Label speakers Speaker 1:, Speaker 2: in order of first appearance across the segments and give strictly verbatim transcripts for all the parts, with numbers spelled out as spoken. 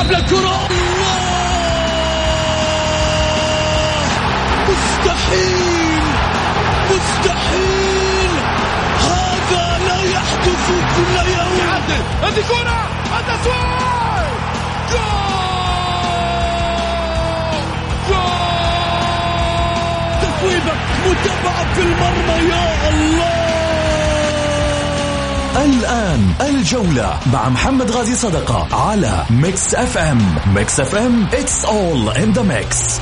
Speaker 1: بيلعب للكرة، مستحيل مستحيل، هذا لا يحدث كل يوم.
Speaker 2: يعدل هذه كرة، التسويق، جول جول،
Speaker 1: تسويبة متابعة في المرمى، يا الله.
Speaker 3: الآن الجولة مع محمد غازي صدقة على ميكس اف ام. ميكس اف ام it's all in the mix.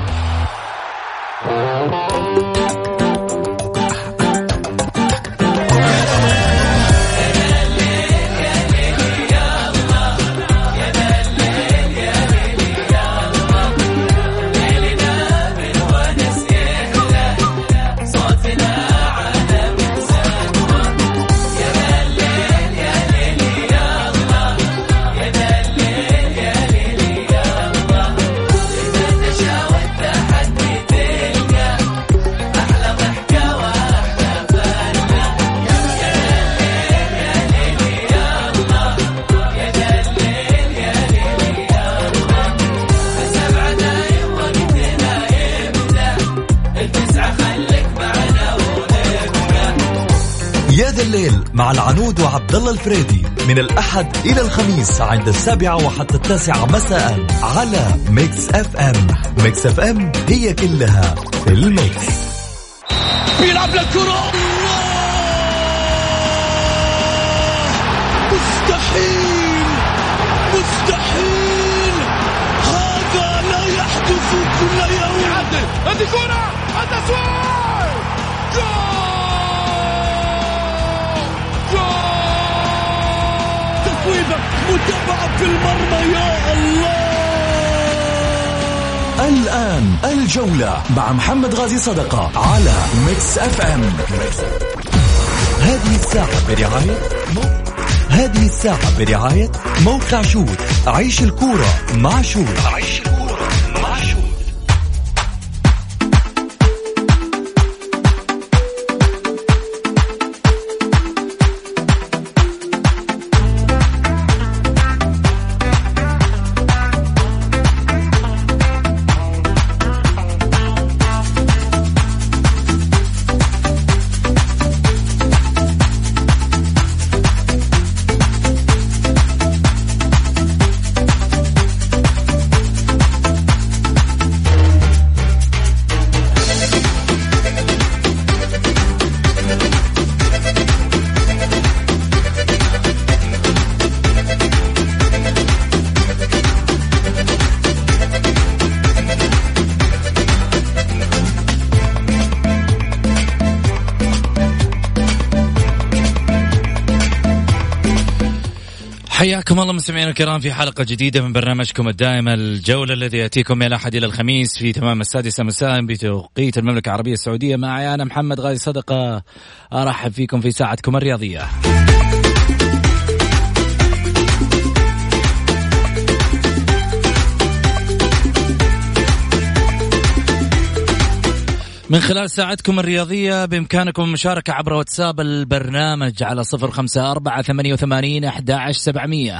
Speaker 3: الليل مع العنود وعبد الله الفريدي من الأحد إلى الخميس عند السابعة وحتى التاسعة مساء على ميكس اف ام. ميكس اف ام هي كلها في الميكس.
Speaker 1: بيلعب للكرة، مستحيل مستحيل، هذا لا يحدث كل يوم.
Speaker 2: يعدل هذه كرة، التسويق، جول
Speaker 1: متابعة في المرمى، يا الله.
Speaker 3: الآن الجولة مع محمد غازي صدقة على ميكس اف ام. هذه الساعة برعاية هذه الساعة برعاية موقع شوت. عيش الكورة مع شوت. عيش الكورة مع شوت.
Speaker 4: حياكم الله مستمعينا الكرام في حلقة جديدة من برنامجكم الدائم الجولة، الذي يأتيكم من الأحد إلى الخميس في تمام السادسة مساء بتوقيت المملكة العربية السعودية. معي أنا محمد غازي صدقة، أرحب فيكم في ساعتكم الرياضية. من خلال ساعتكم الرياضية بإمكانكم المشاركة عبر واتساب البرنامج على صفر خمسة أربعة ثمانية وثمانين أحد عشر سبعمية.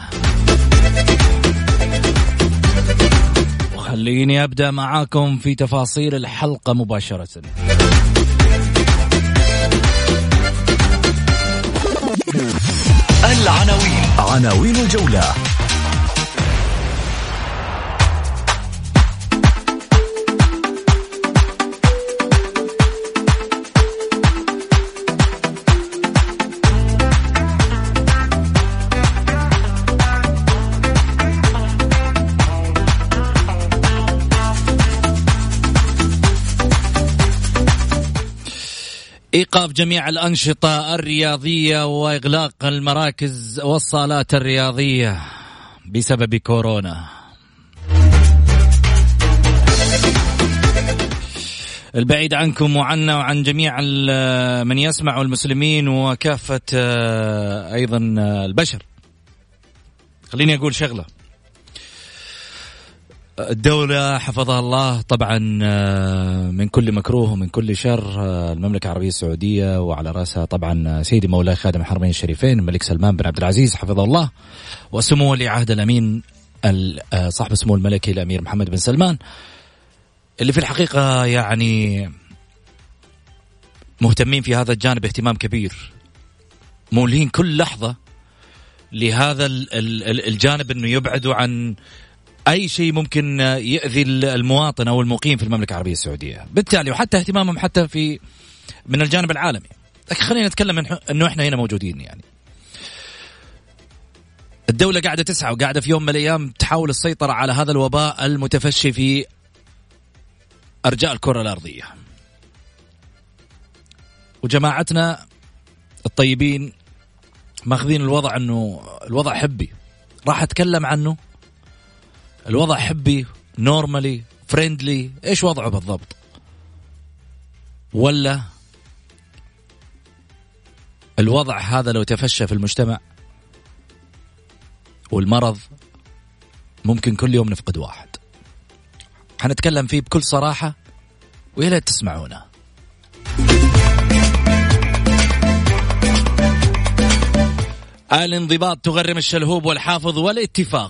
Speaker 4: وخليني أبدأ معاكم في تفاصيل الحلقة مباشرة.
Speaker 3: العناوين عناوين الجولة.
Speaker 4: إيقاف جميع الأنشطة الرياضية وإغلاق المراكز والصالات الرياضية بسبب كورونا. البعيد عنكم وعنا وعن جميع من يسمع المسلمين وكافة أيضا البشر. خليني أقول شغلة، الدولة حفظها الله طبعا من كل مكروه ومن كل شر المملكة العربية السعودية، وعلى رأسها طبعا سيدي مولاي خادم الحرمين الشريفين الملك سلمان بن عبد العزيز حفظه الله، وسمو ولي عهد الأمين صاحب السمو الملكي الأمير محمد بن سلمان، اللي في الحقيقة يعني مهتمين في هذا الجانب اهتمام كبير، مولين كل لحظة لهذا الجانب أنه يبعدوا عن أي شيء ممكن يؤذي المواطن أو المقيم في المملكة العربية السعودية، بالتالي وحتى اهتمامهم حتى في من الجانب العالمي. لكن خلينا نتكلم أنه إحنا هنا موجودين. يعني الدولة قاعدة تسعى وقاعدة في يوم من الأيام تحاول السيطرة على هذا الوباء المتفشي في أرجاء الكرة الأرضية، وجماعتنا الطيبين ماخذين الوضع أنه الوضع حبي. راح أتكلم عنه، الوضع حبي نورمالي فريندلي، إيش وضعه بالضبط؟ ولا الوضع هذا لو تفشى في المجتمع والمرض ممكن كل يوم نفقد واحد. حنتكلم فيه بكل صراحة ويا ليت تسمعونا. الانضباط تغرم الشلهوب والحافظ والاتفاق.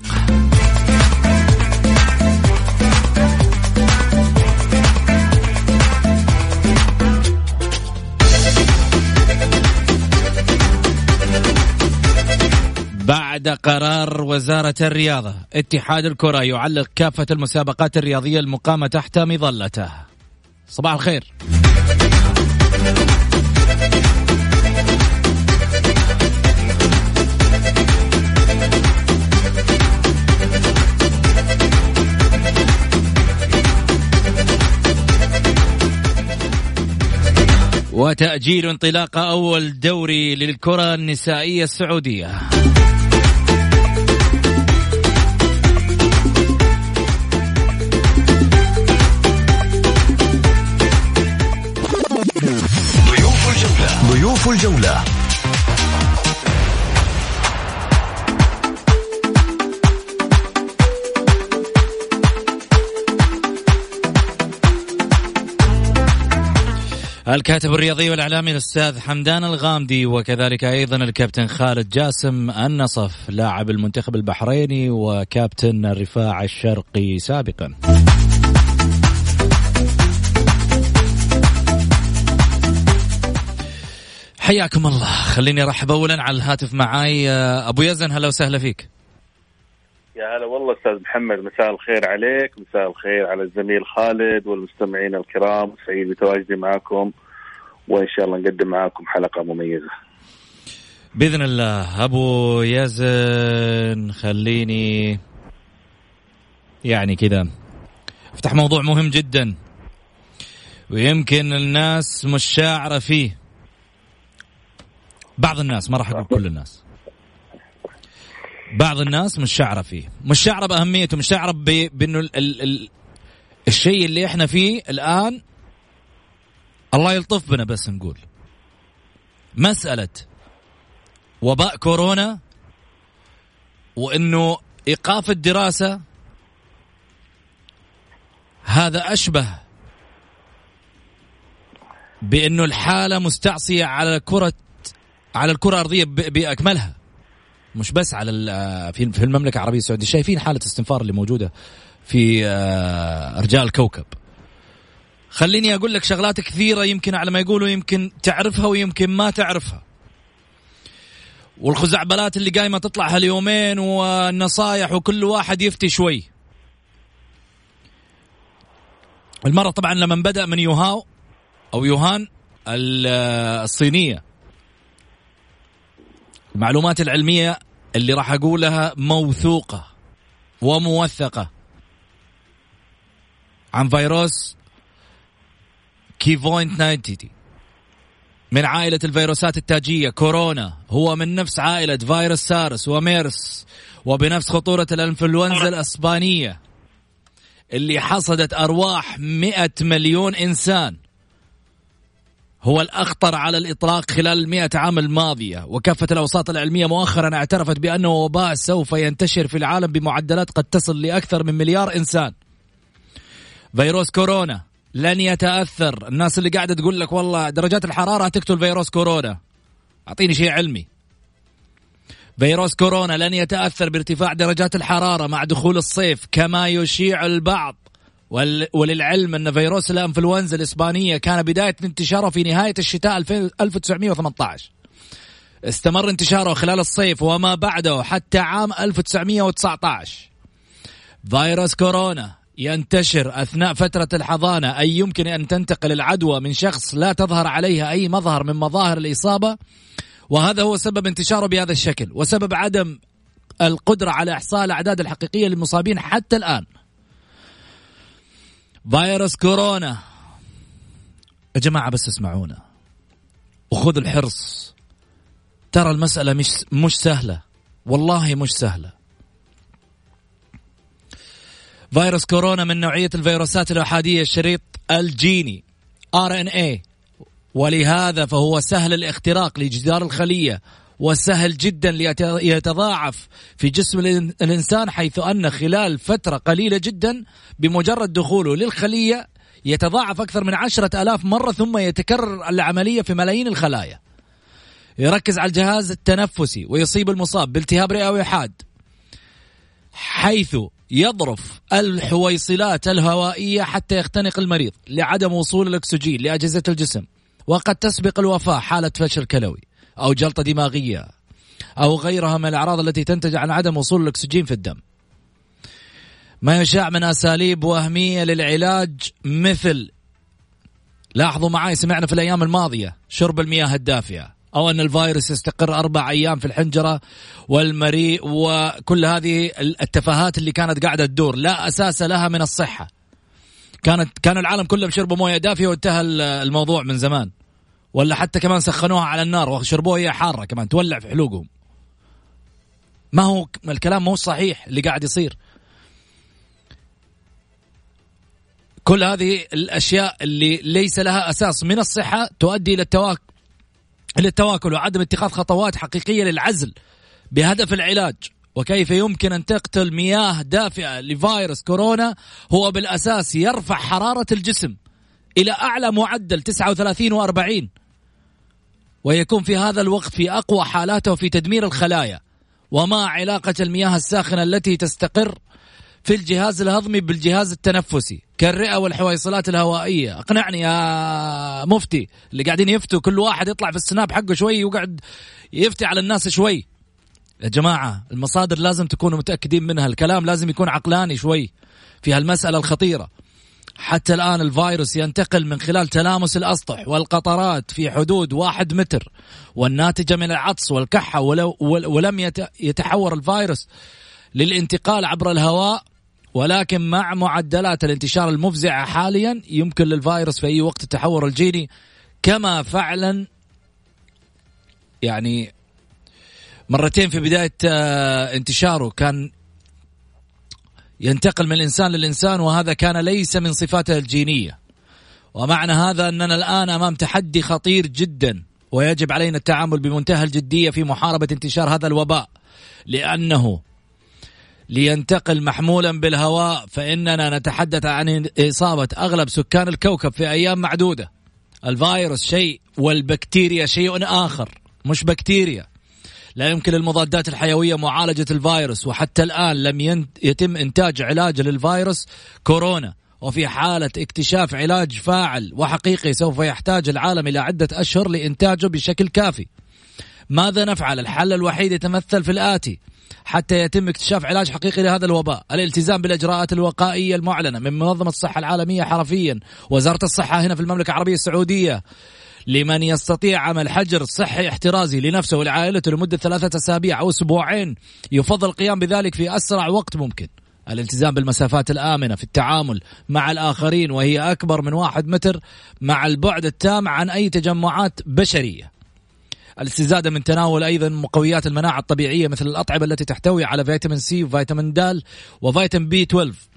Speaker 4: بعد قرار وزارة الرياضة، اتحاد الكرة يعلق كافة المسابقات الرياضية المقامة تحت مظلته. صباح الخير. وتأجيل انطلاق أول دوري للكرة النسائية السعودية.
Speaker 3: ضيوف الجولة. ضيوف الجولة.
Speaker 4: الكاتب الرياضي والإعلامي الأستاذ حمدان الغامدي، وكذلك أيضا الكابتن خالد جاسم النصف لاعب المنتخب البحريني وكابتن الرفاع الشرقي سابقا. حياكم الله. خليني أرحب أولا على الهاتف معاي أبو يزن. هلا وسهلا فيك.
Speaker 5: يا هلا والله أستاذ محمد، مساء الخير عليك، مساء الخير على الزميل خالد والمستمعين الكرام. سعيد بتواجدي معكم، وإن شاء الله نقدم معكم حلقة مميزة
Speaker 4: بإذن الله. أبو يزن خليني يعني كذا افتح موضوع مهم جدا ويمكن الناس مش شاعرة فيه، بعض الناس، ما راح أقول كل الناس، بعض الناس مش شاعرة فيه، مش شاعرة بأهميته، مش شاعرة بأنه ال ال ال الشيء اللي احنا فيه الآن الله يلطف بنا. بس نقول مسألة وباء كورونا وأنه إيقاف الدراسة، هذا أشبه بأنه الحالة مستعصية على كرة على الكرة الأرضية بأكملها، مش بس على في في المملكة العربية السعودية. شايفين حالة استنفار اللي موجودة في أرجاء الكوكب. خليني أقول لك شغلات كثيرة يمكن على ما يقولوا يمكن تعرفها ويمكن ما تعرفها، والخزعبلات اللي قايمة تطلع هاليومين والنصايح وكل واحد يفتي شوي. المرة طبعا لما بدأ من يوهاو أو يوهان الصينية، المعلومات العلمية اللي راح أقولها موثوقة وموثقة عن فيروس كيفوين تسعين من عائلة الفيروسات التاجية كورونا، هو من نفس عائلة فيروس سارس وميرس وبنفس خطورة الانفلونزا الأسبانية اللي حصدت أرواح مئة مليون إنسان. هو الأخطر على الإطلاق خلال المئة عام الماضية، وكافة الأوساط العلمية مؤخرا اعترفت بأنه وباء سوف ينتشر في العالم بمعدلات قد تصل لأكثر من مليار إنسان. فيروس كورونا لن يتأثر. الناس اللي قاعدة تقول لك والله درجات الحرارة هتقتل فيروس كورونا، أعطيني شيء علمي. فيروس كورونا لن يتأثر بارتفاع درجات الحرارة مع دخول الصيف كما يشيع البعض، وللعلم أن فيروس الأنفلونزا الإسبانية كان بداية انتشاره في نهاية الشتاء ألف وتسعمائة وثمانية عشر، استمر انتشاره خلال الصيف وما بعده حتى عام ألف وتسعمائة وتسعة عشر. فيروس كورونا ينتشر أثناء فترة الحضانة، أي يمكن أن تنتقل العدوى من شخص لا تظهر عليها أي مظهر من مظاهر الإصابة، وهذا هو سبب انتشاره بهذا الشكل وسبب عدم القدرة على إحصاء الأعداد الحقيقية للمصابين حتى الآن. فيروس كورونا يا جماعة بس اسمعونا وخذوا الحرص، ترى المسألة مش مش سهلة، والله مش سهلة. فيروس كورونا من نوعية الفيروسات الأحادية الشريط الجيني آر إن إيه، ولهذا فهو سهل الاختراق لجدار الخلية وسهل جدا ليتضاعف في جسم الإنسان، حيث أن خلال فترة قليلة جدا بمجرد دخوله للخلية يتضاعف أكثر من عشرة ألاف مرة، ثم يتكرر العملية في ملايين الخلايا. يركز على الجهاز التنفسي ويصيب المصاب بالتهاب رئوي حاد، حيث يضرف الحويصلات الهوائية حتى يختنق المريض لعدم وصول الأكسجين لأجهزة الجسم، وقد تسبق الوفاة حالة فشل كلوي أو جلطة دماغية أو غيرها من الأعراض التي تنتج عن عدم وصول الأكسجين في الدم. ما يشاع من أساليب وهمية للعلاج، مثل لاحظوا معي سمعنا في الأيام الماضية شرب المياه الدافئة، أو أن الفيروس يستقر أربع أيام في الحنجرة والمريء، وكل هذه التفاهات اللي كانت قاعدة تدور لا أساس لها من الصحة. كانت كان العالم كله بشربوا موية دافئة وانتهى الموضوع من زمان، ولا حتى كمان سخنوها على النار وشربوها هي حارة كمان تولع في حلوقهم. ما هو الكلام مو صحيح اللي قاعد يصير. كل هذه الأشياء اللي ليس لها أساس من الصحة تؤدي إلى التواكل للتواكل وعدم اتخاذ خطوات حقيقية للعزل بهدف العلاج. وكيف يمكن أن تقتل مياه دافئة لفيروس كورونا؟ هو بالأساس يرفع حرارة الجسم إلى أعلى معدل تسعة وثلاثين وأربعين، ويكون في هذا الوقت في أقوى حالاته في تدمير الخلايا. وما علاقة المياه الساخنة التي تستقر في الجهاز الهضمي بالجهاز التنفسي كالرئة والحويصلات الهوائية؟ اقنعني يا مفتي اللي قاعدين يفتوا، كل واحد يطلع في السناب حقه شوي وقاعد يفتي على الناس شوي. يا جماعة المصادر لازم تكونوا متأكدين منها، الكلام لازم يكون عقلاني شوي في هالمسألة الخطيرة. حتى الآن الفيروس ينتقل من خلال تلامس الأسطح والقطرات في حدود واحد متر، والناتجة من العطس والكحة، ولم يتحور الفيروس للانتقال عبر الهواء. ولكن مع معدلات الانتشار المفزعة حاليا يمكن للفيروس في أي وقت التحور الجيني، كما فعلا يعني مرتين في بداية انتشاره كان ينتقل من الإنسان للإنسان، وهذا كان ليس من صفاته الجينية. ومعنى هذا أننا الآن أمام تحدي خطير جدا، ويجب علينا التعامل بمنتهى الجدية في محاربة انتشار هذا الوباء، لأنه لينتقل محمولا بالهواء فإننا نتحدث عن إصابة أغلب سكان الكوكب في أيام معدودة. الفيروس شيء والبكتيريا شيء آخر، مش بكتيريا. لا يمكن للمضادات الحيوية معالجة الفيروس، وحتى الآن لم يتم إنتاج علاج للفيروس كورونا. وفي حالة اكتشاف علاج فاعل وحقيقي سوف يحتاج العالم إلى عدة أشهر لإنتاجه بشكل كافي. ماذا نفعل؟ الحل الوحيد يتمثل في الآتي حتى يتم اكتشاف علاج حقيقي لهذا الوباء: الالتزام بالإجراءات الوقائية المعلنة من منظمة الصحة العالمية حرفيا، وزارة الصحة هنا في المملكة العربية السعودية. لمن يستطيع عمل حجر صحي احترازي لنفسه ولعائلته لمدة ثلاثة أسابيع أو أسبوعين، يفضل القيام بذلك في أسرع وقت ممكن. الالتزام بالمسافات الآمنة في التعامل مع الآخرين، وهي أكبر من واحد متر، مع البعد التام عن أي تجمعات بشرية. الاستزادة من تناول أيضا مقويات المناعة الطبيعية مثل الأطعمة التي تحتوي على فيتامين سي وفيتامين د وفيتامين بي اثنا عشر.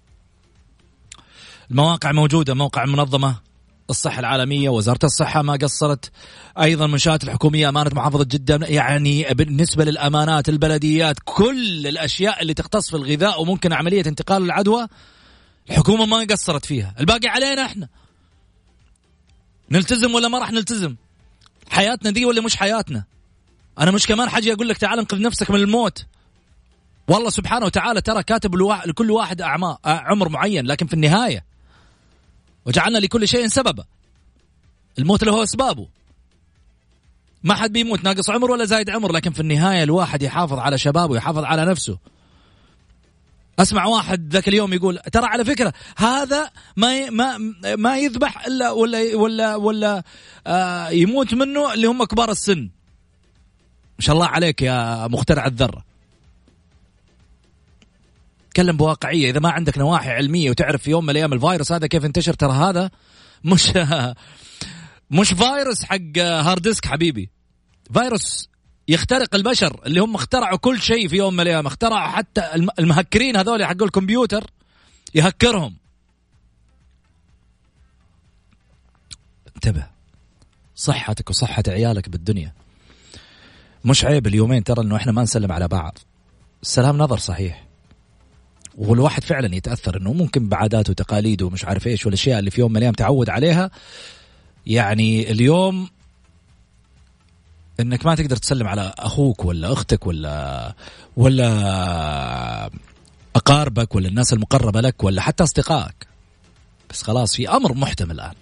Speaker 4: المواقع موجودة، موقع منظمة الصحة العالمية، وزارة الصحة ما قصرت، أيضا منشآت الحكومية، أمانة محافظة جدة، يعني بالنسبة للأمانات، البلديات، كل الأشياء اللي تختص في الغذاء وممكن عملية انتقال العدوى الحكومة ما قصرت فيها. الباقي علينا احنا نلتزم ولا ما راح نلتزم؟ حياتنا دي ولا مش حياتنا؟ أنا مش كمان حاجة أقول لك تعال انقذ نفسك من الموت. والله سبحانه وتعالى ترى كاتب لكل واحد أعمار عمر معين، لكن في النهاية وجعلنا لكل شيء سببا. الموت له أسبابه، ما حد بيموت ناقص عمر ولا زايد عمر، لكن في النهاية الواحد يحافظ على شبابه، يحافظ على نفسه. أسمع واحد ذاك اليوم يقول ترى على فكرة هذا ما ما ما يذبح إلا ولا ولا ولا آه يموت منه اللي هم كبار السن. ما شاء الله عليك يا مخترع الذرة، تكلم بواقعية. إذا ما عندك نواحي علمية وتعرف في يوم من الأيام الفيروس هذا كيف انتشر، ترى هذا مش مش فيروس حق هارد ديسك حبيبي، فيروس يخترق البشر اللي هم اخترعوا كل شيء في يوم من الأيام. اخترعوا حتى المهكرين هذول حق الكمبيوتر يهكرهم. انتبه، صحتك وصحة عيالك بالدنيا. مش عيب اليومين ترى انه احنا ما نسلم على بعض. السلام نظر صحيح، والواحد فعلا يتأثر انه ممكن بعاداته وتقاليده ومش عارف ايش والاشياء اللي في يوم من الايام تعود عليها. يعني اليوم انك ما تقدر تسلم على اخوك ولا اختك ولا ولا اقاربك ولا الناس المقربة لك ولا حتى اصدقائك، بس خلاص في امر محتمل الان.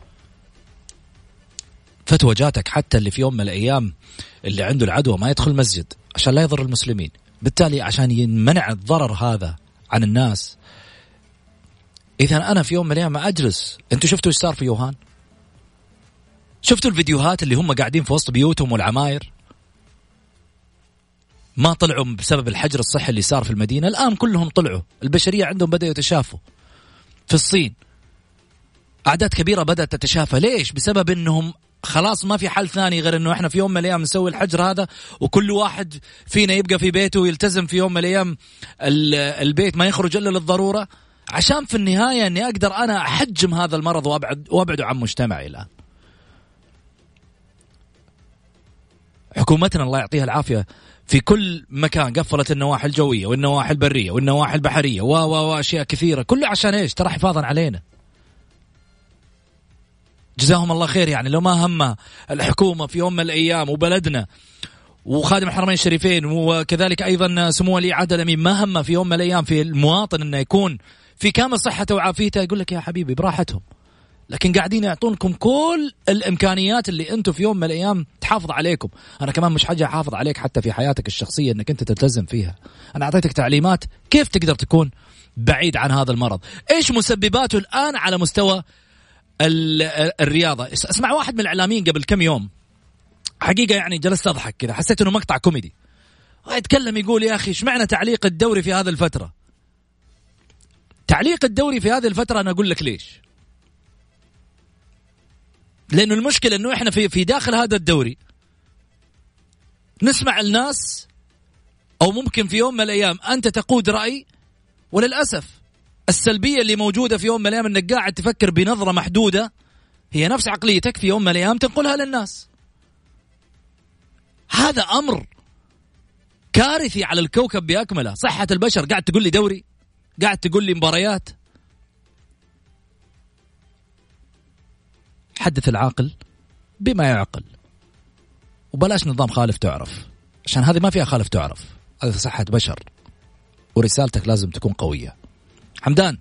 Speaker 4: فتوى جاتك حتى اللي في يوم من الايام اللي عنده العدوى ما يدخل المسجد عشان لا يضر المسلمين. بالتالي عشان يمنع الضرر هذا عن الناس، اذا انا في يوم من الايام اجلس. انتوا شفتوا ايش صار في يوهان؟ شفتوا الفيديوهات اللي هم قاعدين في وسط بيوتهم والعماير ما طلعوا بسبب الحجر الصحي اللي صار في المدينة؟ الآن كلهم طلعوا، البشرية عندهم بدأوا يتشافوا. في الصين أعداد كبيرة بدأت تتشافى. ليش؟ بسبب أنهم خلاص ما في حل ثاني غير أنه إحنا في يوم من الأيام نسوي الحجر هذا، وكل واحد فينا يبقى في بيته ويلتزم في يوم من الأيام البيت، ما يخرج إلا للضرورة، عشان في النهاية أني أقدر أنا أحجم هذا المرض وأبعد وأبعده عن مجتمعي. الآن حكومتنا الله يعطيها العافية في كل مكان قفلت النواحي الجوية والنواحي البرية والنواحي البحرية و و وأشياء كثيرة، كله عشان إيش؟ ترى حفاظا علينا. جزاهم الله خير. يعني لو ما هم الحكومة في يوم من الأيام وبلدنا وخادم الحرمين الشريفين وكذلك أيضا سمو ولي العهد الأمين ما هم في يوم من الأيام في المواطن إنه يكون في كامل صحته وعافيته، يقول لك يا حبيبي براحتهم. لكن قاعدين يعطونكم كل الإمكانيات اللي أنتم في يوم من الأيام تحافظ عليكم. أنا كمان مش حاجة أحافظ عليك حتى في حياتك الشخصية أنك أنت تلتزم فيها. أنا أعطيتك تعليمات كيف تقدر تكون بعيد عن هذا المرض، إيش مسبباته الآن على مستوى الرياضة. أسمع واحد من الإعلاميين قبل كم يوم حقيقة يعني جلست أضحك كذا، حسيت أنه مقطع كوميدي، ويتكلم يقول يا أخي إيش معنى تعليق الدوري في هذه الفترة؟ تعليق الدوري في هذه الفترة أنا أقول لك ليش. لأنه المشكلة أنه إحنا في في داخل هذا الدوري نسمع الناس، أو ممكن في يوم من الأيام أنت تقود رأي، وللأسف السلبية اللي موجودة في يوم من الأيام أنك قاعد تفكر بنظرة محدودة هي نفس عقليتك في يوم من الأيام تنقلها للناس. هذا أمر كارثي على الكوكب بأكمله. صحة البشر قاعد تقول لي دوري، قاعد تقول لي مباريات. حدث العاقل بما يعقل، وبلاش نظام خالف تعرف، عشان هذه ما فيها خالف تعرف، هذا صحة بشر ورسالتك لازم تكون قوية. حمدان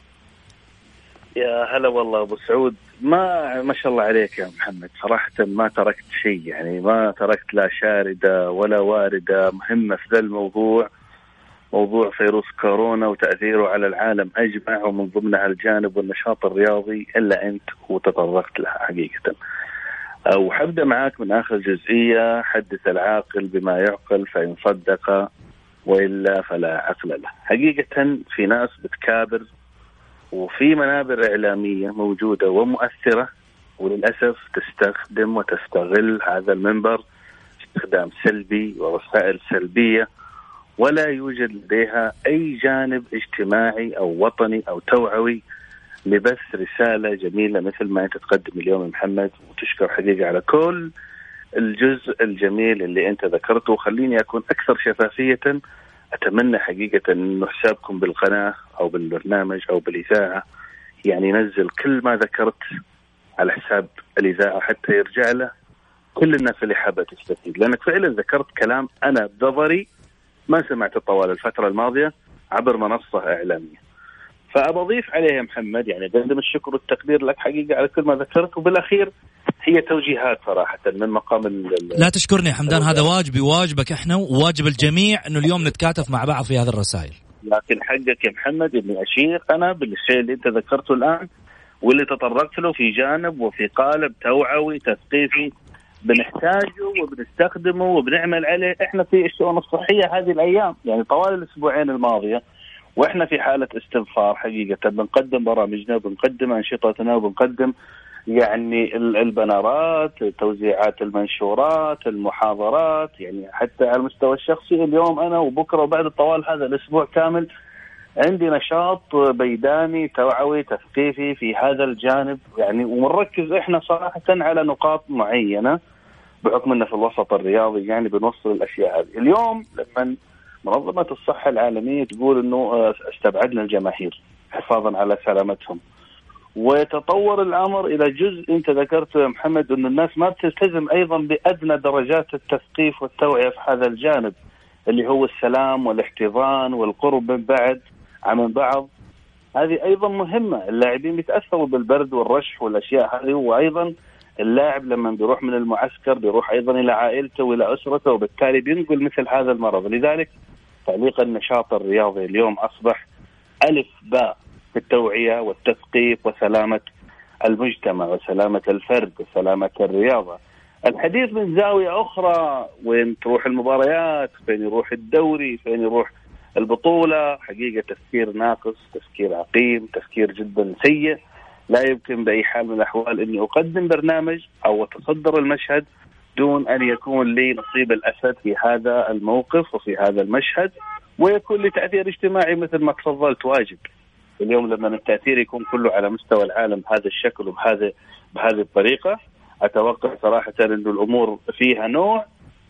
Speaker 5: يا هلا والله أبو سعود، ما ما شاء الله عليك يا محمد، صراحة ما تركت شيء، يعني ما تركت لا شاردة ولا واردة مهمة في ذا الموضوع، موضوع فيروس كورونا وتأثيره على العالم أجمع، ومن ضمنها الجانب والنشاط الرياضي، إلا أنت وتطرقت لها حقيقة. وحبدأ معاك من آخر جزئية، حدث العاقل بما يعقل فإن صدق وإلا فلا عقل له. حقيقة في ناس بتكابر وفي منابر إعلامية موجودة ومؤثرة، وللأسف تستخدم وتستغل هذا المنبر استخدام سلبي ووسائل سلبية، ولا يوجد لديها أي جانب اجتماعي أو وطني أو توعوي لبث رسالة جميلة مثل ما أنت تقدم اليوم محمد. وتشكر حقيقة على كل الجزء الجميل اللي أنت ذكرته. وخليني أكون أكثر شفافية، أتمنى حقيقة أنه حسابكم بالقناة أو بالبرنامج أو بالإذاعة يعني ينزل كل ما ذكرت على حساب الإذاعة حتى يرجع له كل الناس اللي حابة تستفيد، لأنك فعلا ذكرت كلام أنا بنظري ما سمعته طوال الفترة الماضية عبر منصة إعلامية. فأضيف عليه يا محمد يعني بقدم الشكر والتقدير لك حقيقة على كل ما ذكرت، وبالأخير هي توجيهات صراحة من مقام.
Speaker 4: لا تشكرني حمدان، هذا واجبي واجبك احنا وواجب الجميع انه اليوم نتكاتف مع بعض في هذه الرسائل.
Speaker 5: لكن حقك يا محمد اني اشير انا بالشيء اللي انت ذكرته الان واللي تطرقت له في جانب وفي قالب توعوي تثقيفي بنحتاجه وبنستخدمه وبنعمل عليه احنا في الشؤون الصحية هذه الايام. يعني طوال الاسبوعين الماضية واحنا في حالة استنفار حقيقة، بنقدم برامجنا وبنقدم انشطتنا وبنقدم يعني البنرات، توزيعات المنشورات، المحاضرات، يعني حتى على المستوى الشخصي اليوم أنا وبكرة وبعد طوال هذا الأسبوع كامل عندي نشاط بيداني توعوي تثقيفي في هذا الجانب يعني، ومنركز إحنا صراحة على نقاط معينة بحكم أننا في الوسط الرياضي يعني بنوصل الأشياء هذه. اليوم لما منظمة الصحة العالمية تقول أنه استبعدنا الجماهير حفاظا على سلامتهم، ويتطور الأمر إلى جزء أنت ذكرته يا محمد أن الناس ما بتلتزم أيضا بأدنى درجات التثقيف والتوعية في هذا الجانب اللي هو السلام والاحتضان والقرب من بعد عن بعض. هذه أيضا مهمة. اللاعبين بيتأثروا بالبرد والرشح والأشياء هذه، وأيضا اللاعب لما بيروح من المعسكر بيروح أيضا إلى عائلته وإلى أسرته، وبالتالي بينقل مثل هذا المرض. لذلك تعليق النشاط الرياضي اليوم أصبح ألف باء في التوعية والتثقيف وسلامة المجتمع وسلامة الفرد وسلامة الرياضة. الحديث من زاوية أخرى وين تروح المباريات، فين يروح الدوري، فين يروح البطولة، حقيقة تفكير ناقص، تفكير عقيم، تفكير جدا سيء. لا يمكن بأي حال من الأحوال أني أقدم برنامج أو أتصدر المشهد دون أن يكون لي نصيب الأسد في هذا الموقف وفي هذا المشهد، ويكون لي تأثير اجتماعي مثل ما تفضلت واجب. اليوم لما التأثير يكون كله على مستوى العالم بهذا الشكل وبهذا بهذه الطريقة، أتوقع صراحة أن الأمور فيها نوع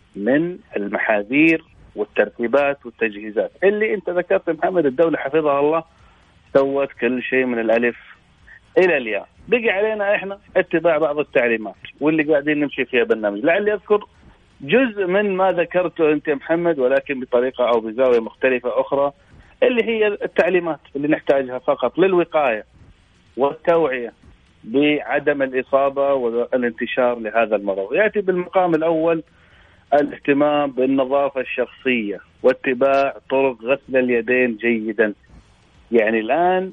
Speaker 5: من المحاذير والترتيبات والتجهيزات اللي أنت ذكرت محمد. الدولة حفظها الله سوت كل شيء من الألف إلى الياء، بقي علينا إحنا اتباع بعض التعليمات واللي قاعدين نمشي فيها برنامج. لعلي أذكر جزء من ما ذكرته أنت محمد ولكن بطريقة أو بزاوية مختلفة أخرى، اللي هي التعليمات اللي نحتاجها فقط للوقاية والتوعية بعدم الإصابة والانتشار لهذا المرض. يأتي بالمقام الأول الاهتمام بالنظافة الشخصية واتباع طرق غسل اليدين جيدا. يعني الآن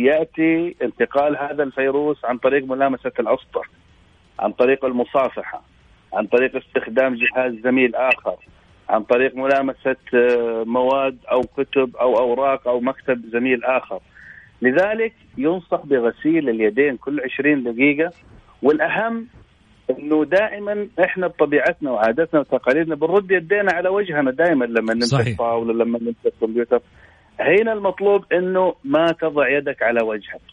Speaker 5: يأتي انتقال هذا الفيروس عن طريق ملامسة الأسطح، عن طريق المصافحة، عن طريق استخدام جهاز زميل آخر، عن طريق ملامسة مواد أو كتب أو أوراق أو مكتب زميل آخر. لذلك ينصح بغسيل اليدين كل عشرين دقيقة. والأهم أنه دائما إحنا بطبيعتنا وعادتنا وتقاليدنا بنرد يدينا على وجهنا دائما لما نمسك الطاولة لما نمسك الكمبيوتر. هنا المطلوب أنه ما تضع يدك على وجهك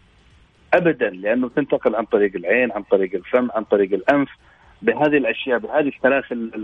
Speaker 5: أبدا، لأنه تنتقل عن طريق العين، عن طريق الفم، عن طريق الأنف. بهذه الأشياء بهذه الثلاث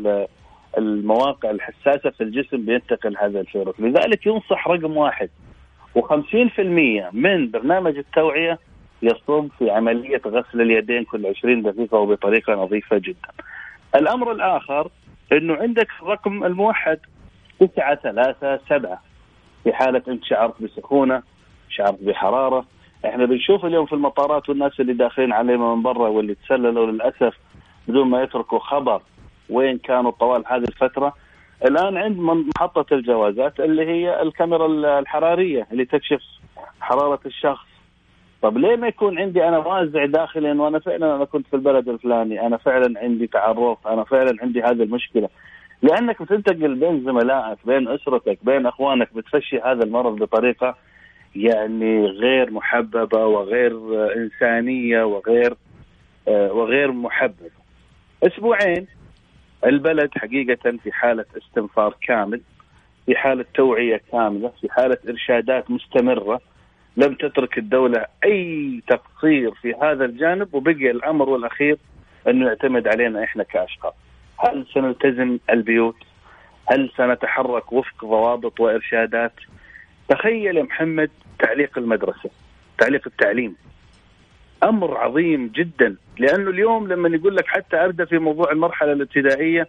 Speaker 5: المواقع الحساسة في الجسم بينتقل هذا الفيروس. لذلك ينصح رقم واحد وخمسين في المية من برنامج التوعية يصب في عملية غسل اليدين كل عشرين دقيقة وبطريقة نظيفة جدا. الأمر الآخر أنه عندك الرقم الموحد تسعة ثلاثة سبعة في حالة أنت شعرت بسخونة، شعرت بحرارة. احنا بنشوف اليوم في المطارات والناس اللي داخلين علينا من برا واللي تسللوا للأسف بدون ما يتركوا خبر وين كانوا طوال هذه الفترة. الآن عند محطة الجوازات اللي هي الكاميرا الحرارية اللي تكشف حرارة الشخص. طب ليه ما يكون عندي أنا وازع داخلي أنه أنا فعلا أنا كنت في البلد الفلاني، أنا فعلا عندي تعرف، أنا فعلا عندي هذه المشكلة. لأنك بتنتقل بين زملائك، بين أسرتك، بين أخوانك، بتفشي هذا المرض بطريقة يعني غير محببة وغير إنسانية وغير آه وغير محببة. أسبوعين البلد حقيقة في حالة استنفار كامل، في حالة توعية كاملة، في حالة إرشادات مستمرة. لم تترك الدولة أي تقصير في هذا الجانب، وبقي الأمر والأخير أنه يعتمد علينا إحنا كأشخاص. هل سنلتزم البيوت؟ هل سنتحرك وفق ضوابط وإرشادات؟ تخيل يا محمد تعليق المدرسة، تعليق التعليم. أمر عظيم جدا. لأنه اليوم لما يقول لك حتى أبدأ في موضوع المرحلة الابتدائية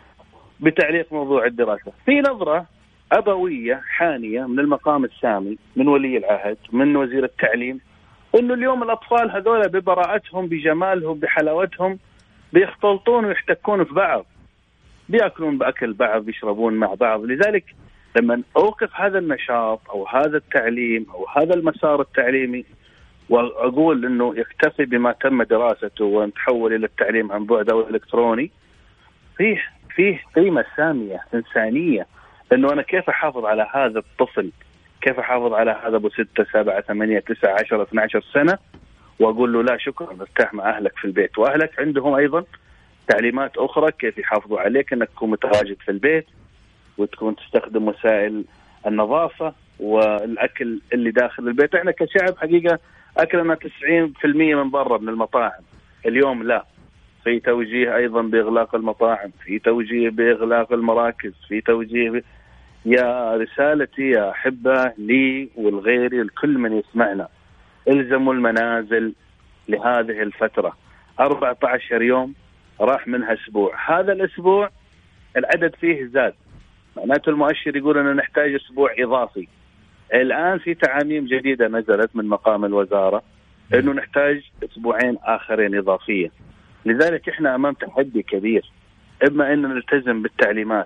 Speaker 5: بتعليق موضوع الدراسة، في نظرة أبوية حانية من المقام السامي، من ولي العهد، من وزير التعليم، إنه اليوم الأطفال هذول ببراءتهم بجمالهم بحلاوتهم بيختلطون ويحتكون في بعض، بيأكلون بأكل بعض، بيشربون مع بعض. لذلك لما أوقف هذا النشاط أو هذا التعليم أو هذا المسار التعليمي وأقول إنه يكتفي بما تم دراسته ونتحول إلى التعليم عن بعد أو إلكتروني، فيه فيه قيمة سامية إنسانية. إنه أنا كيف أحافظ على هذا الطفل، كيف أحافظ على هذا أبو ستة سبعة ثمانية تسعة عشرة اثنا عشر سنة وأقول له لا شكرا ارتاح مع أهلك في البيت، وأهلك عندهم أيضا تعليمات أخرى كيف يحافظوا عليك، أنك تكون متواجد في البيت وتكون تستخدم وسائل النظافة والأكل اللي داخل البيت. احنا كشعب حقيقة أكلنا تسعين بالمئة من برا من المطاعم، اليوم لا، في توجيه أيضا بإغلاق المطاعم، في توجيه بإغلاق المراكز، في توجيه ب... يا رسالتي يا أحبة لي والغيري الكل من يسمعنا، الزموا المنازل لهذه الفترة. أربعة عشر يوم راح منها أسبوع، هذا الأسبوع العدد فيه زاد، معناته المؤشر يقول أننا نحتاج أسبوع إضافي. الآن في تعاميم جديدة نزلت من مقام الوزارة أنه نحتاج أسبوعين آخرين إضافية. لذلك إحنا أمام تحدي كبير، إما أن نلتزم بالتعليمات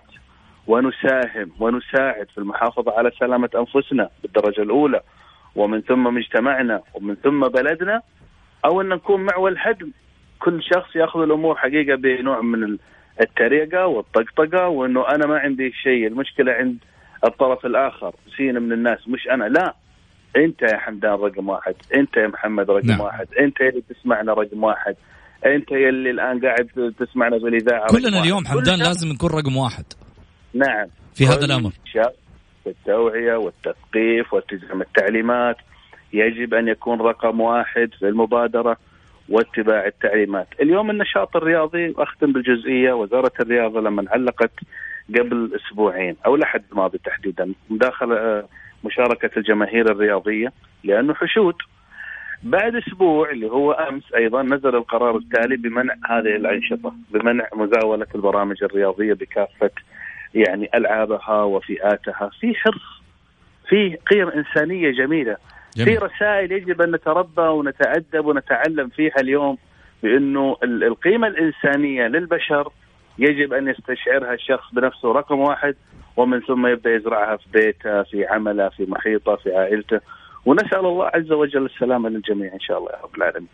Speaker 5: ونساهم ونساعد في المحافظة على سلامة أنفسنا بالدرجة الأولى ومن ثم مجتمعنا ومن ثم بلدنا، أو أن نكون معول هدم، كل شخص يأخذ الأمور حقيقة بنوع من التريقة والطقطقة، وأنه أنا ما عندي شيء، المشكلة عند الطرف الآخر، سين من الناس مش أنا. لا، أنت يا حمدان رقم واحد، أنت يا محمد رقم نعم. واحد، أنت اللي تسمعنا رقم واحد، أنت اللي الآن قاعد تسمعنا في الإذاعة.
Speaker 4: كلنا اليوم حمدان لازم نكون رقم واحد.
Speaker 5: نعم،
Speaker 4: في هذا الأمر
Speaker 5: في التوعية والتثقيف والتزام التعليمات يجب أن يكون رقم واحد في المبادرة واتباع التعليمات. اليوم النشاط الرياضي، أختم بالجزئية، وزارة الرياضة لما علقت قبل أسبوعين أو لحد الماضي تحديدا مداخلة مشاركة الجماهير الرياضية لأنه حشود، بعد أسبوع اللي هو أمس أيضا نزل القرار التالي بمنع هذه الأنشطة، بمنع مزاولة البرامج الرياضية بكافة يعني ألعابها وفئاتها، في حرص، في قيم إنسانية جميلة جميل. في رسائل يجب أن نتربى ونتأدب ونتعلم فيها اليوم، بأنه القيمة الإنسانية للبشر يجب أن يستشعرها الشخص بنفسه رقم واحد، ومن ثم يبدأ يزرعها في بيته، في عمله، في محيطه، في عائلته، ونسأل الله عز وجل السلامة للجميع إن شاء الله يا رب العالمين.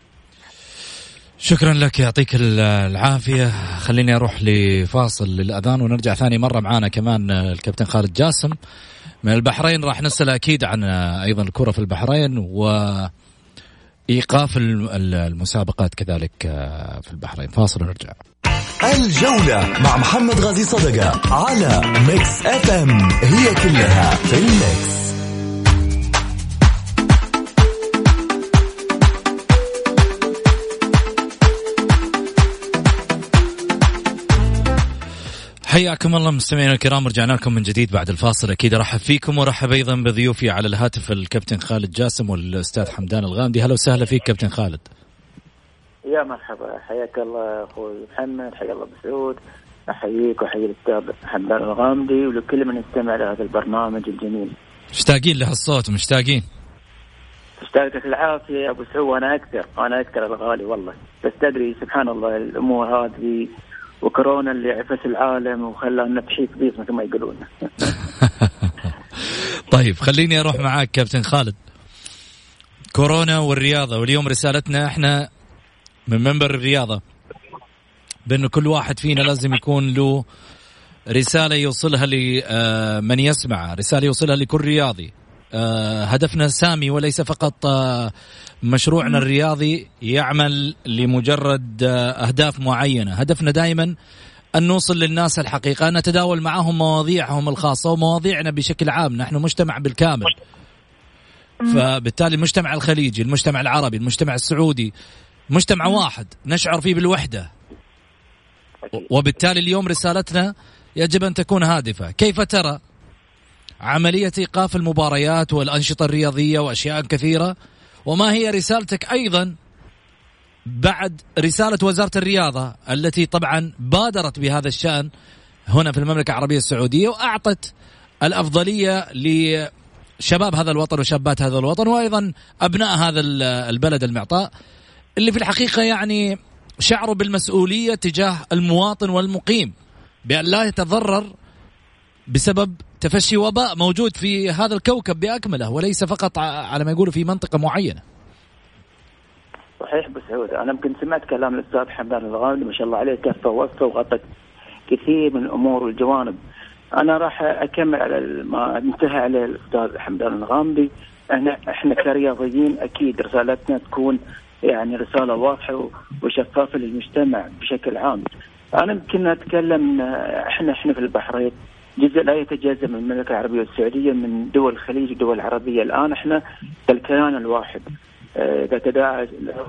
Speaker 4: شكرا لك، يعطيك العافية. خليني أروح لفاصل للأذان ونرجع ثاني مرة. معانا كمان الكابتن خالد جاسم من البحرين، راح نسأل أكيد عن أيضا الكرة في البحرين وإيقاف المسابقات كذلك في البحرين. فاصل ونرجع.
Speaker 3: الجولة مع محمد غازي صدقة على ميكس اف ام، هي كلها في الميكس.
Speaker 4: حياكم الله مستمعينا الكرام، رجعنا لكم من جديد بعد الفاصل. أكيد رحب فيكم ورحب أيضا بضيوفي على الهاتف الكابتن خالد جاسم والأستاذ حمدان الغامدي. هلا وسهلا فيك كابتن خالد.
Speaker 6: يا مرحبا، حياك الله أخوي محمد، حيا الله بسعود، أحييك وأحيي الأستاذ حمدان الغامدي ولكل من يستمع لهذا البرنامج الجميل.
Speaker 4: مشتاقين لهالصوت، مشتاقين.
Speaker 6: اشتاقك العافية يا أبو سعود، وأنا أكثر وأنا أكثر الغالي والله. بس تدري سبحان الله الأمور هذه وكورونا اللي عفس العالم وخلى النفحي كبير مثل ما يقولون.
Speaker 4: طيب خليني أروح معاك كابتن خالد. كورونا والرياضة، واليوم رسالتنا احنا من منبر الرياضة بأنه كل واحد فينا لازم يكون له رسالة يوصلها لمن يسمع، رسالة يوصلها لكل رياضي. هدفنا سامي وليس فقط مشروعنا الرياضي يعمل لمجرد أهداف معينة. هدفنا دائما أن نوصل للناس الحقيقة، نتداول معهم مواضيعهم الخاصة ومواضيعنا بشكل عام. نحن مجتمع بالكامل، فبالتالي المجتمع الخليجي، المجتمع العربي، المجتمع السعودي مجتمع واحد نشعر فيه بالوحدة، وبالتالي اليوم رسالتنا يجب أن تكون هادفة. كيف ترى عملية إيقاف المباريات والأنشطة الرياضية وأشياء كثيرة، وما هي رسالتك أيضا بعد رسالة وزارة الرياضة التي طبعا بادرت بهذا الشأن هنا في المملكة العربية السعودية، وأعطت الأفضلية لشباب هذا الوطن وشابات هذا الوطن وأيضا أبناء هذا البلد المعطاء، اللي في الحقيقة يعني شعروا بالمسؤولية تجاه المواطن والمقيم بأن لا يتضرر بسبب تفشي وباء موجود في هذا الكوكب بأكمله، وليس فقط على ما يقولوا في منطقة معينة.
Speaker 6: صحيح أبو سعود، أنا يمكن سمعت كلام الأستاذ حمدان الغامدي ما شاء الله عليه، كفة ووفة وغطت كثير من الأمور والجوانب. أنا راح أكمل على ما انتهى عليه الأستاذ حمدان الغامدي. احنا احنا كرياضيين أكيد رسالتنا تكون يعني رسالة واضحة وشفافة للمجتمع بشكل عام. أنا يمكن أتكلم، احنا احنا في البحرين جزء لا يتجزأ من المملكة العربية السعودية، من دول الخليج ودول العربية. الآن احنا كالكيان الواحد. إذا تداعى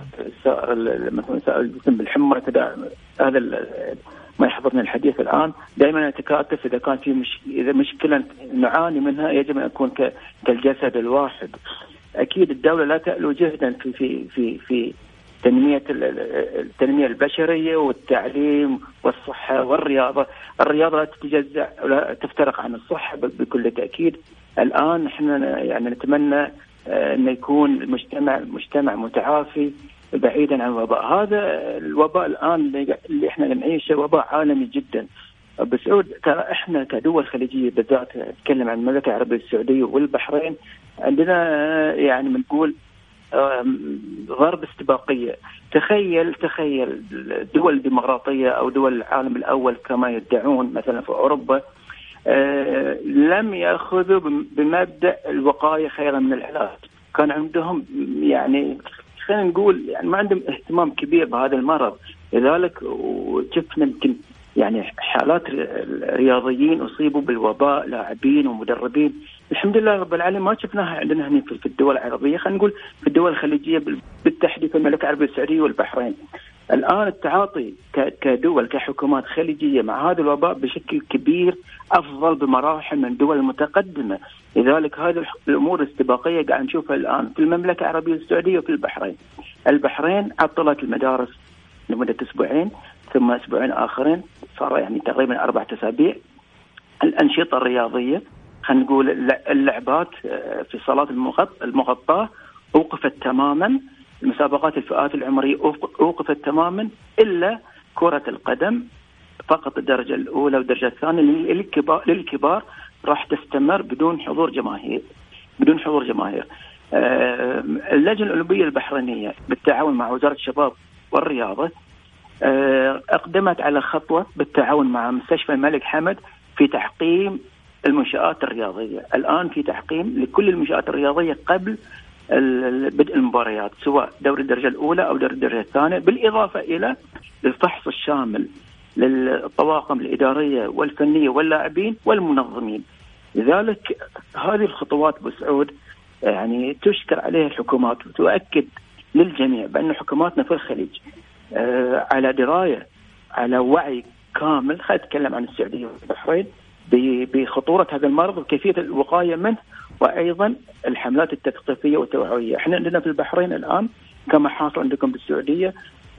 Speaker 6: مثلا سائل الجسم بالحمى تداعى، هذا ما يحضرنا الحديث الآن. دائما نتكاتف، إذا كان في مش إذا مشكلة نعاني منها يجب أن يكون كالجسد الواحد. أكيد الدولة لا تألو جهدا في في في في تنمية التنمية البشرية والتعليم والصحة والرياضة. الرياضة لا تتجزأ ولا تفترق عن الصحة بكل تأكيد. الآن احنا يعني نتمنى أن يكون المجتمع مجتمع متعافي بعيدا عن الوباء. هذا الوباء الآن اللي احنا نعيشه وباء عالمي جدا. بسعود ترى احنا كدول خليجية بالذات، نتكلم عن المملكة العربية السعودية والبحرين، عندنا يعني بنقول ضرب استباقية. تخيل تخيل دول الديمقراطية أو دول العالم الأول كما يدعون مثلا في أوروبا آه لم يأخذوا بمبدأ الوقاية خيرا من العلاج. كان عندهم يعني خلينا نقول يعني ما عندهم اهتمام كبير بهذا المرض. لذلك وشفنا يمكن يعني حالات رياضيين أصيبوا بالوباء، لاعبين ومدربين. الحمد لله رب العالمين ما شفناها عندنا هنا في الدول العربية، خلينا نقول في الدول الخليجية بالتحديد في المملكة العربية السعودية والبحرين. الآن التعاطي كدول كحكومات خليجية مع هذا الوباء بشكل كبير أفضل بمراحل من الدول المتقدمة. لذلك هذه الأمور الاستباقية قاعد نشوفها الآن في المملكة العربية السعودية وفي البحرين. البحرين عطلت المدارس لمدة أسبوعين، ثم أسبوعين آخرين صار يعني تقريبا أربعة أسابيع. الأنشطة الرياضية خلينا نقول اللعبات في الصالات المغطاة أوقفت تماما. المسابقات الفئات العمرية أوقفت تماما إلا كرة القدم فقط الدرجة الأولى والدرجة الثانية للكبار, للكبار راح تستمر بدون حضور جماهير بدون حضور جماهير. اللجنة الأولمبية البحرينية بالتعاون مع وزارة الشباب والرياضة أقدمت على خطوة بالتعاون مع مستشفى الملك حمد في تعقيم المنشآت الرياضية. الآن في تعقيم لكل المنشآت الرياضية قبل بدء المباريات، سواء دوري الدرجة الأولى أو دوري الدرجة الثانية، بالإضافة إلى الفحص الشامل للطواقم الإدارية والفنية واللاعبين والمنظمين. لذلك هذه الخطوات بسعود يعني تشكر عليها الحكومات، وتؤكد للجميع بأن حكوماتنا في الخليج على دراية على وعي كامل. خلينا نتكلم عن السعودية والبحرين بخطورة هذا المرض وكيفية الوقاية منه، وأيضا الحملات التثقيفية والتوعوية. احنا عندنا في البحرين الآن كما حاصل عندكم بالسعودية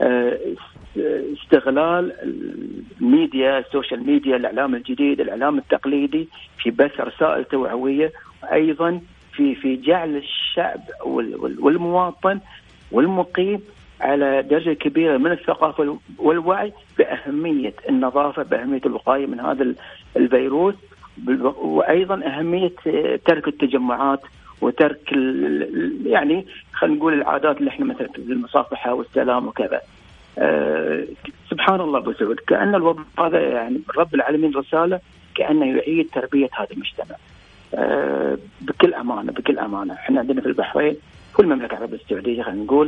Speaker 6: استغلال الميديا، السوشيال ميديا، الإعلام الجديد، الإعلام التقليدي في بث رسائل توعوية، وأيضا في في جعل الشعب والمواطن والمقيم على درجة كبيرة من الثقافة والوعي بأهمية النظافة، بأهمية الوقاية من هذا الفيروس، وأيضا أهمية ترك التجمعات وترك يعني خلينا نقول العادات اللي احنا مثلا المصافحة والسلام وكذا. أه سبحان الله أبو سعود، كأن الوضع هذا يعني رب العالمين رسالة، كأنه يعيد تربية هذا المجتمع. أه بكل أمانة بكل أمانة احنا عندنا في البحرين والمملكة العربية السعودية خلينا نقول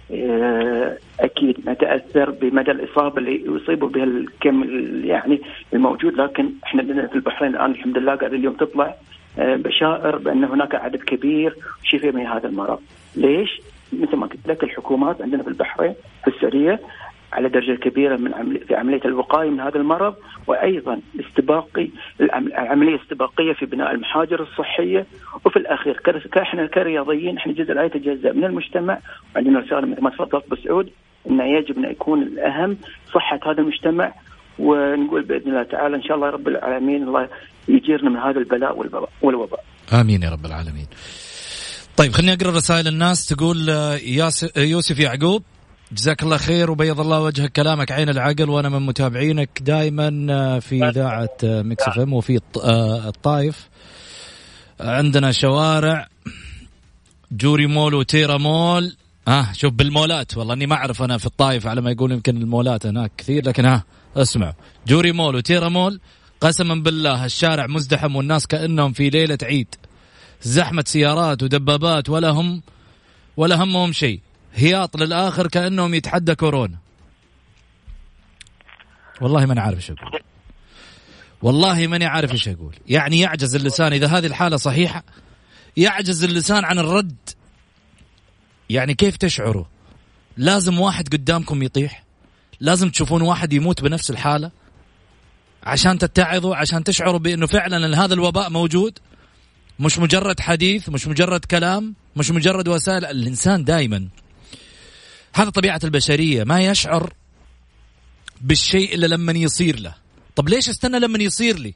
Speaker 6: أكيد نتأثر بمدى الإصابة اللي يصيبوا بها الكم يعني الموجود، لكن إحنا عندنا في البحرين الآن الحمد لله قاعد اليوم تطلع بشائر بأن هناك عدد كبير شفي من هذا المرض. ليش؟ مثل ما قلت لك الحكومات عندنا في البحرين في السعودية على درجة كبيرة من عملية في عملية الوقاية من هذا المرض، وأيضا استباقي العملية الاستباقية في بناء المحاجر الصحية. وفي الأخير كإحنا كرياضيين إحنا جزء لا يتجزأ من المجتمع، وعندنا رسالة مثل ما تفضلت بسعود إنه يجب أن يكون الأهم صحة هذا المجتمع، ونقول بإذن الله تعالى إن شاء الله رب العالمين الله يجيرنا من هذا البلاء والوباء.
Speaker 4: آمين يا رب العالمين. طيب خليني أقرأ رسائل الناس. تقول يوسف يعقوب جزاك الله خير وبيض الله وجهك، كلامك عين العقل، وأنا من متابعينك دائما في إذاعة ميكس اف ام وفي الطائف. عندنا شوارع جوري مول وتيرا مول. ها شوف بالمولات، والله اني ما اعرف انا في الطائف على ما يقول، يمكن المولات هناك كثير، لكن ها اسمع، جوري مول وتيرا مول قسما بالله الشارع مزدحم والناس كأنهم في ليلة عيد، زحمة سيارات ودبابات ولا هم ولا همهم شيء، هياط للآخر كأنهم يتحدى كورونا. والله ماني عارف ايش اقول، والله ماني عارف ايش اقول. يعني يعجز اللسان اذا هذه الحالة صحيحة، يعجز اللسان عن الرد. يعني كيف تشعروا؟ لازم واحد قدامكم يطيح؟ لازم تشوفون واحد يموت بنفس الحالة عشان تتعظوا، عشان تشعروا بأنه فعلا هذا الوباء موجود، مش مجرد حديث، مش مجرد كلام، مش مجرد وسائل. الإنسان دائما، هذا طبيعة البشرية، ما يشعر بالشيء إلا لما يصير له. طب ليش استنى لما يصير لي؟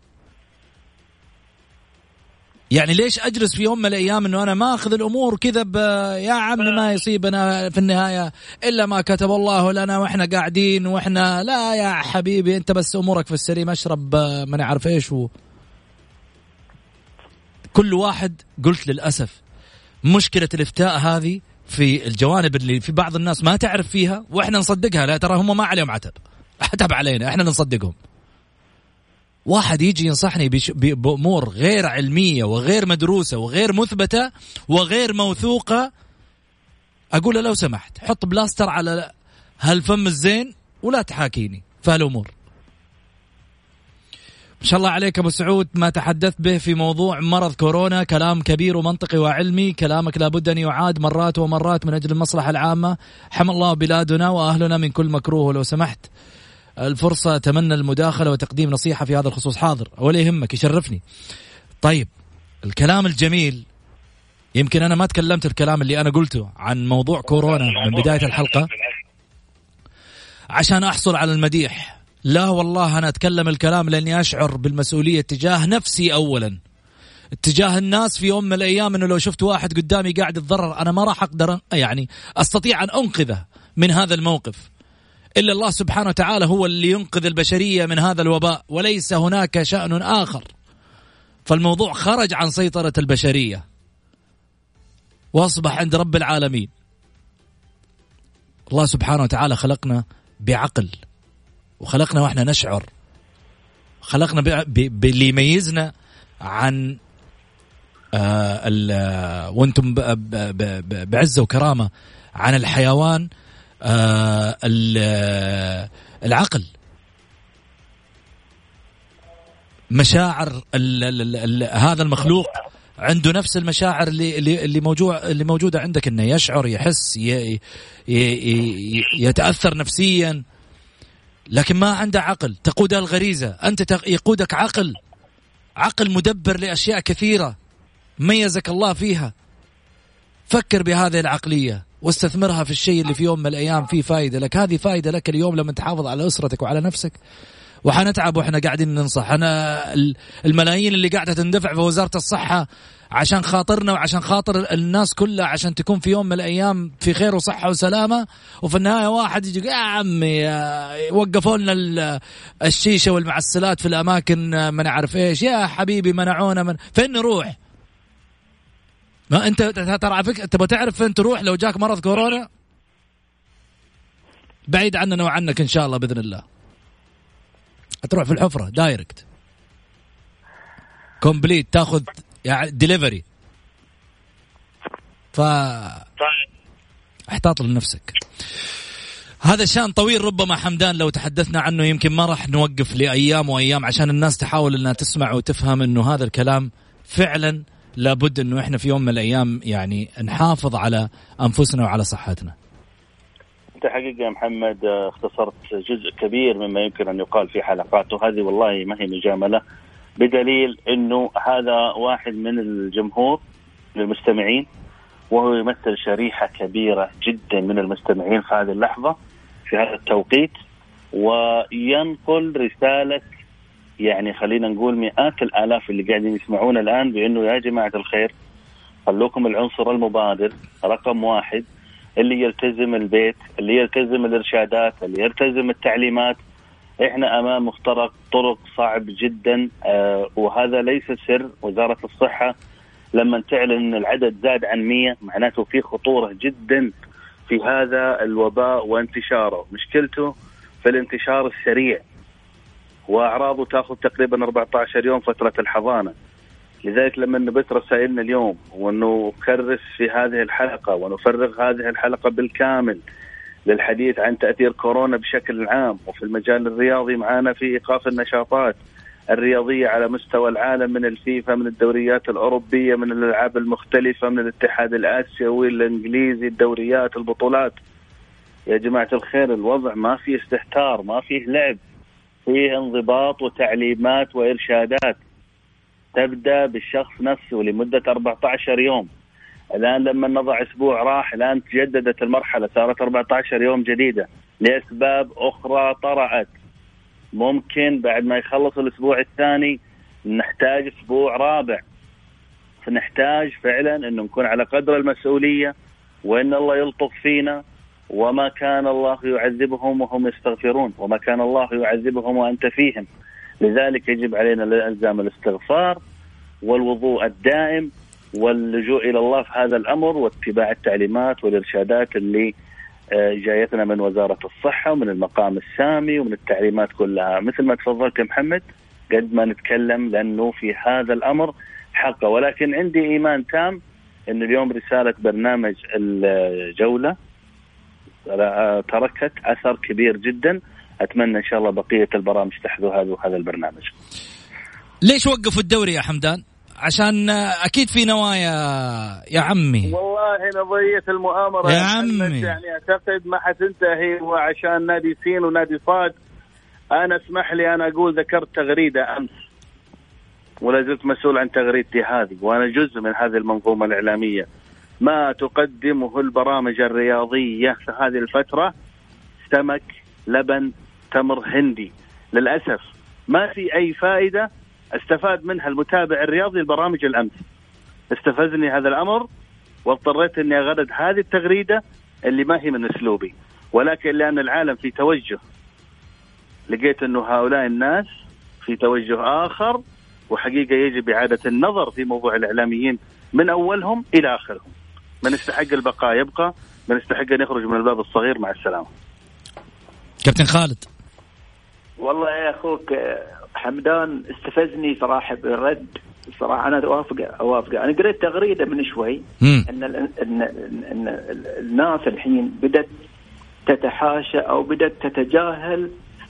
Speaker 4: يعني ليش أجلس في يوم من الأيام أنه أنا ما أخذ الأمور كذا يا عمي ما يصيبنا في النهاية إلا ما كتب الله لنا وإحنا قاعدين وإحنا لا يا حبيبي أنت بس أمورك في السليم، أشرب ما نعرف إيش. و... كل واحد، قلت للأسف مشكلة الإفتاء هذه في الجوانب اللي في بعض الناس ما تعرف فيها وإحنا نصدقها. لا ترى هم ما عليهم عتب، عتب علينا إحنا نصدقهم. واحد يجي ينصحني بأمور غير علمية وغير مدروسة وغير مثبتة وغير موثوقة، أقول له لو سمحت حط بلاستر على هالفم الزين ولا تحاكيني في هالأمور. إن شاء الله عليك أبو سعود، ما تحدثت به في موضوع مرض كورونا كلام كبير ومنطقي وعلمي، كلامك لابد أن يعاد مرات ومرات من أجل المصلحة العامة. حمى الله بلادنا وأهلنا من كل مكروه، ولو سمحت الفرصة أتمنى المداخلة وتقديم نصيحة في هذا الخصوص. حاضر ولا يهمك، يشرفني. طيب الكلام الجميل، يمكن أنا ما تكلمت الكلام اللي أنا قلته عن موضوع كورونا من بداية الحلقة عشان أحصل على المديح، لا والله أنا أتكلم الكلام لأني أشعر بالمسؤولية تجاه نفسي أولا، اتجاه الناس في يوم من الأيام، أنه لو شفت واحد قدامي قاعد يتضرر أنا ما راح أقدر يعني أستطيع أن أنقذه من هذا الموقف، إلا الله سبحانه وتعالى هو اللي ينقذ البشرية من هذا الوباء، وليس هناك شأن آخر. فالموضوع خرج عن سيطرة البشرية وأصبح عند رب العالمين. الله سبحانه وتعالى خلقنا بعقل، وخلقنا وإحنا نشعر، خلقنا باللي يميزنا عن آه وانتم بعزة وكرامة عن الحيوان، آه العقل، مشاعر ال ال ال هذا المخلوق عنده نفس المشاعر اللي اللي اللي موجوده اللي موجوده عندك، انه يشعر، يحس، ي ي يتاثر نفسيا، لكن ما عنده عقل تقودها الغريزه. انت يقودك عقل، عقل مدبر لاشياء كثيره ميزك الله فيها. فكر بهذه العقليه واستثمرها في الشيء اللي في يوم من الأيام فيه فائدة لك. هذه فائدة لك اليوم لما تحافظ على أسرتك وعلى نفسك. وحنتعب وإحنا قاعدين ننصح، أنا الملايين اللي قاعدة تندفع في وزارة الصحة عشان خاطرنا وعشان خاطر الناس كلها، عشان تكون في يوم من الأيام في خير وصحة وسلامة، وفي النهاية واحد يجي يا عمي وقفوا لنا الشيشة والمعسلات في الأماكن ما نعرف إيش، يا حبيبي منعونا من فين نروح؟ ما أنت ترى فيك تبغى تعرف فين تروح لو جاك مرض كورونا؟ بعيد عننا وعنك إن شاء الله بإذن الله. هتروح في الحفرة دايركت كومبليت، تاخذ يعني ديليفري. ف احتاط لنفسك. هذا شأن طويل ربما حمدان لو تحدثنا عنه يمكن ما راح نوقف لأيام وأيام، عشان الناس تحاول أنها تسمع وتفهم أنه هذا الكلام فعلا لابد أنه إحنا في يوم من الأيام يعني نحافظ على أنفسنا وعلى صحتنا.
Speaker 5: أنت حقيقة يا محمد اختصرت جزء كبير مما يمكن أن يقال في حلقات، وهذه والله ما هي مجاملة، بدليل أنه هذا واحد من الجمهور للمستمعين، وهو يمثل شريحة كبيرة جدا من المستمعين في هذه اللحظة في هذا التوقيت وينقل رسالة، يعني خلينا نقول مئات الآلاف اللي قاعدين يسمعون الآن، بأنه يا جماعة الخير خلوكم العنصر المبادر رقم واحد، اللي يلتزم البيت، اللي يلتزم الإرشادات، اللي يلتزم التعليمات. إحنا أمام مفترق طرق صعب جدا، آه وهذا ليس سر. وزارة الصحة لما تعلن أن العدد زاد عن مية معناته في خطورة جدا في هذا الوباء وانتشاره. مشكلته في الانتشار السريع، وأعراضه تأخذ تقريبا أربعة عشر يوم فترة الحضانة. لذلك لما نبث رسائلنا اليوم وأنه نكرس في هذه الحلقة ونفرغ هذه الحلقة بالكامل للحديث عن تأثير كورونا بشكل عام، وفي المجال الرياضي معنا في إيقاف النشاطات الرياضية على مستوى العالم من الفيفا، من الدوريات الأوروبية، من الألعاب المختلفة، من الاتحاد الآسيوي، الإنجليزي، الدوريات، البطولات. يا جماعة الخير الوضع ما فيه استهتار، ما فيه لعب، فيه انضباط وتعليمات وإرشادات تبدأ بالشخص نفسه لمدة أربعة عشر يوم. الآن لما نضع أسبوع راح، الآن تجددت المرحلة، صارت أربعة عشر يوم جديدة لأسباب أخرى طرأت. ممكن بعد ما يخلص الأسبوع الثاني نحتاج أسبوع رابع، فنحتاج فعلا أن نكون على قدر المسؤولية، وأن الله يلطف فينا. وما كان الله يعذبهم وهم يستغفرون، وما كان الله يعذبهم وأنت فيهم. لذلك يجب علينا الالتزام الاستغفار والوضوء الدائم واللجوء إلى الله في هذا الأمر، واتباع التعليمات والإرشادات اللي جايتنا من وزارة الصحة ومن المقام السامي ومن التعليمات كلها. مثل ما تفضلت يا محمد، قد ما نتكلم لأنه في هذا الأمر حقه. ولكن عندي إيمان تام أن اليوم رسالة برنامج الجولة تركت أثر كبير جدا. أتمنى إن شاء الله بقية البرامج تحذو هذا هذا البرنامج.
Speaker 4: ليش وقفوا الدوري يا حمدان؟ عشان أكيد في نوايا يا عمي.
Speaker 5: والله نظرية المؤامرة
Speaker 4: يا عمي
Speaker 5: يعني أعتقد ما حتنتهي، وعشان نادي سين ونادي صاد. أنا اسمح لي أنا أقول ذكرت تغريدة أمس ولا زلت مسؤول عن تغريدتي هذه، وأنا جزء من هذه المنظومة الإعلامية. ما تقدمه البرامج الرياضية في هذه الفترة سمك، لبن، تمر هندي. للأسف ما في أي فائدة استفاد منها المتابع الرياضي البرامج الأمس. استفزني هذا الأمر واضطريت أني أغرد هذه التغريدة اللي ما هي من أسلوبي، ولكن لأن العالم في توجه، لقيت أنه هؤلاء الناس في توجه آخر، وحقيقة يجب إعادة النظر في موضوع الإعلاميين من أولهم إلى آخرهم. من استحق البقاء يبقى، من استحق أن يخرج من الباب الصغير. مع السلامة.
Speaker 4: كابتن خالد.
Speaker 6: والله يا أخوك حمدان استفزني صراحة بالرد. صراحة أنا أوافق أوافق أنا قريت تغريدة من شوي إن, إن, إن, إن الناس الحين بدأت تتحاشى أو بدأت تتجاهل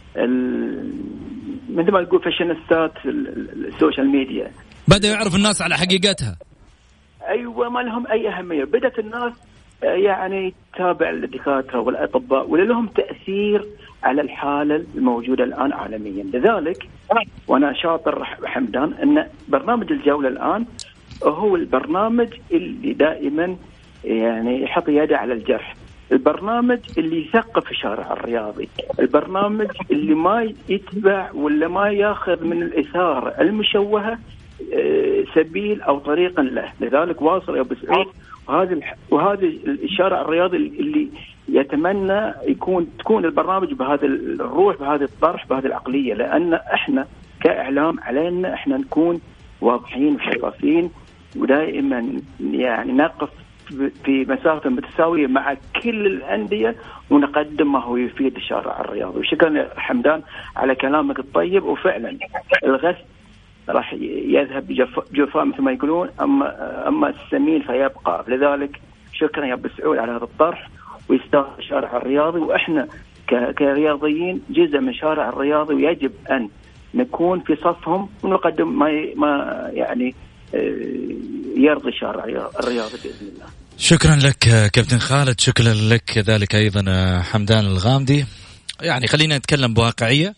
Speaker 6: مثل ما يقول فاشينيستات السوشيال ميديا.
Speaker 4: بدأ يعرف الناس على حقيقتها.
Speaker 6: أيوة، ما لهم أي أهمية. بدأت الناس يعني تتابع الدكاترة والأطباء واللي لهم تأثير على الحالة الموجودة الآن عالميا. لذلك وأنا شاطر حمدان أن برنامج الجولة الآن هو البرنامج اللي دائما يعني يحط يده على الجرح، البرنامج اللي يثقف الشارع الرياضي، البرنامج اللي ما يتبع ولا ما ياخذ من الإثارة المشوهة سبيل أو طريقا له. لذلك واصل يا أبو سعود، وهذا وهذا الشارع الرياضي اللي يتمنى يكون تكون البرنامج بهذا الروح، بهذا الطرح، بهذه العقلية. لأن إحنا كإعلام علينا إحنا نكون واضحين وشفافين، ودائما يعني نقف في مسافة متساوية مع كل الأندية ونقدم ما هو يفيد الشارع الرياضي. وشكرا حمدان على كلامك الطيب. وفعلا الغث راح يذهب بجفاء مثل ما يقولون، أما أما السمين فيبقى. لذلك شكرا يا أبو سعود على هذا الطرح، ويستاهل الشارع الرياضي، وإحنا كرياضيين جزء من الشارع الرياضي، ويجب أن نكون في صفهم ونقدم ما ما يعني يرضي الشارع الرياضي بإذن الله.
Speaker 4: شكرا لك كابتن خالد، شكرا لك كذلك أيضا حمدان الغامدي. يعني خلينا نتكلم بواقعية.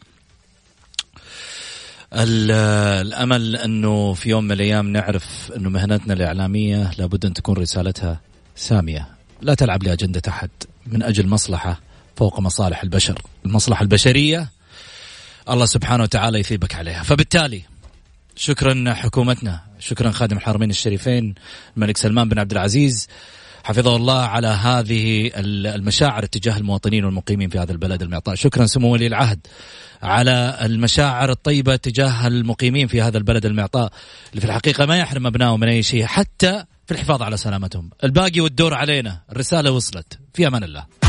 Speaker 4: الأمل أنه في يوم من الأيام نعرف أنه مهنتنا الإعلامية لابد أن تكون رسالتها سامية، لا تلعب لأجندة أحد من أجل مصلحة فوق مصالح البشر. المصلحة البشرية الله سبحانه وتعالى يثيبك عليها. فبالتالي شكرا حكومتنا، شكرا خادم الحرمين الشريفين الملك سلمان بن عبد العزيز حفظه الله على هذه المشاعر تجاه المواطنين والمقيمين في هذا البلد المعطاء. شكرا سمو ولي العهد على المشاعر الطيبة تجاه المقيمين في هذا البلد المعطاء اللي في الحقيقة ما يحرم أبنائهم من أي شيء حتى في الحفاظ على سلامتهم. الباقي والدور علينا. الرسالة وصلت. في أمان الله.